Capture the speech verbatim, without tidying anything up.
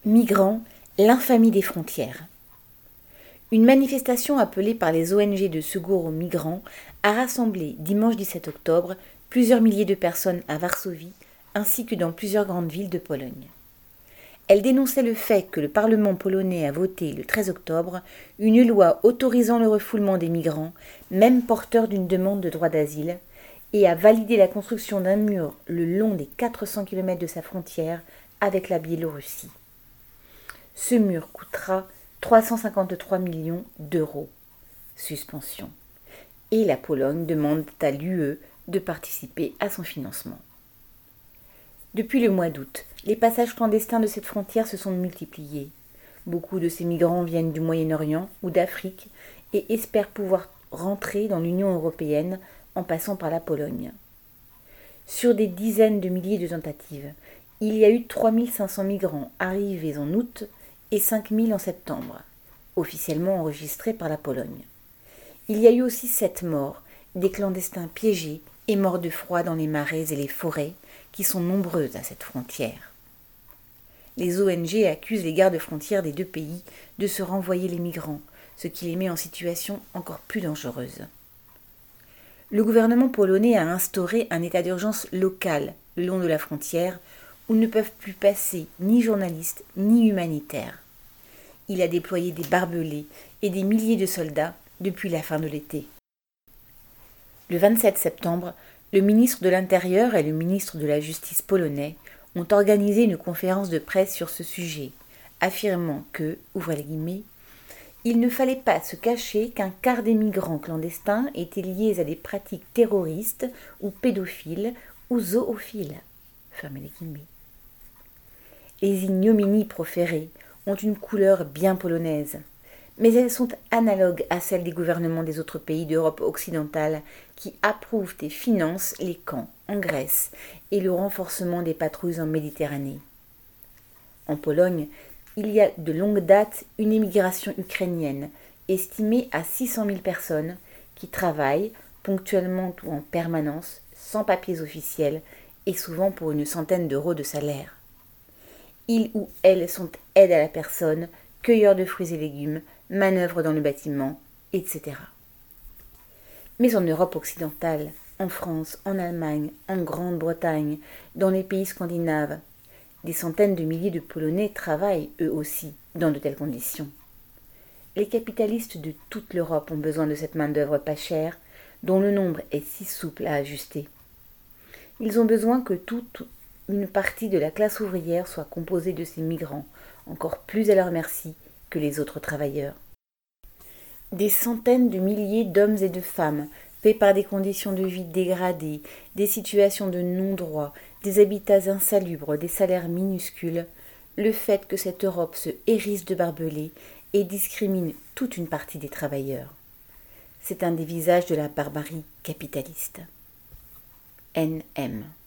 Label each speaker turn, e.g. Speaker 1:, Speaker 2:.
Speaker 1: Migrants, l'infamie des frontières. Une manifestation appelée par les O N G de secours aux migrants a rassemblé dimanche dix-sept octobre plusieurs milliers de personnes à Varsovie ainsi que dans plusieurs grandes villes de Pologne. Elle dénonçait le fait que le Parlement polonais a voté le treize octobre une loi autorisant le refoulement des migrants, même porteurs d'une demande de droit d'asile, et a validé la construction d'un mur le long des quatre cents kilomètres de sa frontière avec la Biélorussie. Ce mur coûtera trois cent cinquante-trois millions d'euros. Suspension. Et la Pologne demande à l'U E de participer à son financement. Depuis le mois d'août, les passages clandestins de cette frontière se sont multipliés. Beaucoup de ces migrants viennent du Moyen-Orient ou d'Afrique et espèrent pouvoir rentrer dans l'Union européenne en passant par la Pologne. Sur des dizaines de milliers de tentatives, il y a eu trois mille cinq cents migrants arrivés en août et cinq mille en septembre, officiellement enregistrés par la Pologne. Il y a eu aussi sept morts, des clandestins piégés et morts de froid dans les marais et les forêts, qui sont nombreuses à cette frontière. Les O N G accusent les gardes-frontières des deux pays de se renvoyer les migrants, ce qui les met en situation encore plus dangereuse. Le gouvernement polonais a instauré un état d'urgence local le long de la frontière où ne peuvent plus passer ni journalistes ni humanitaires. Il a déployé des barbelés et des milliers de soldats depuis la fin de l'été. Le vingt-sept septembre, le ministre de l'Intérieur et le ministre de la Justice polonais ont organisé une conférence de presse sur ce sujet, affirmant que, ouvrez les guillemets, il ne fallait pas se cacher qu'un quart des migrants clandestins étaient liés à des pratiques terroristes ou pédophiles ou zoophiles. Fermez les guillemets. Les ignominies proférées ont une couleur bien polonaise, mais elles sont analogues à celles des gouvernements des autres pays d'Europe occidentale qui approuvent et financent les camps en Grèce et le renforcement des patrouilles en Méditerranée. En Pologne, il y a de longue date une immigration ukrainienne estimée à six cent mille personnes qui travaillent ponctuellement ou en permanence, sans papiers officiels et souvent pour une centaine d'euros de salaire. Ils ou elles sont aides à la personne, cueilleurs de fruits et légumes, manœuvrent dans le bâtiment, et cetera. Mais en Europe occidentale, en France, en Allemagne, en Grande-Bretagne, dans les pays scandinaves, des centaines de milliers de Polonais travaillent, eux aussi, dans de telles conditions. Les capitalistes de toute l'Europe ont besoin de cette main-d'œuvre pas chère, dont le nombre est si souple à ajuster. Ils ont besoin que toute une partie de la classe ouvrière soit composée de ces migrants, encore plus à leur merci que les autres travailleurs. Des centaines de milliers d'hommes et de femmes, faits par des conditions de vie dégradées, des situations de non-droit, des habitats insalubres, des salaires minuscules, le fait que cette Europe se hérisse de barbelés et discrimine toute une partie des travailleurs. C'est un des visages de la barbarie capitaliste. N M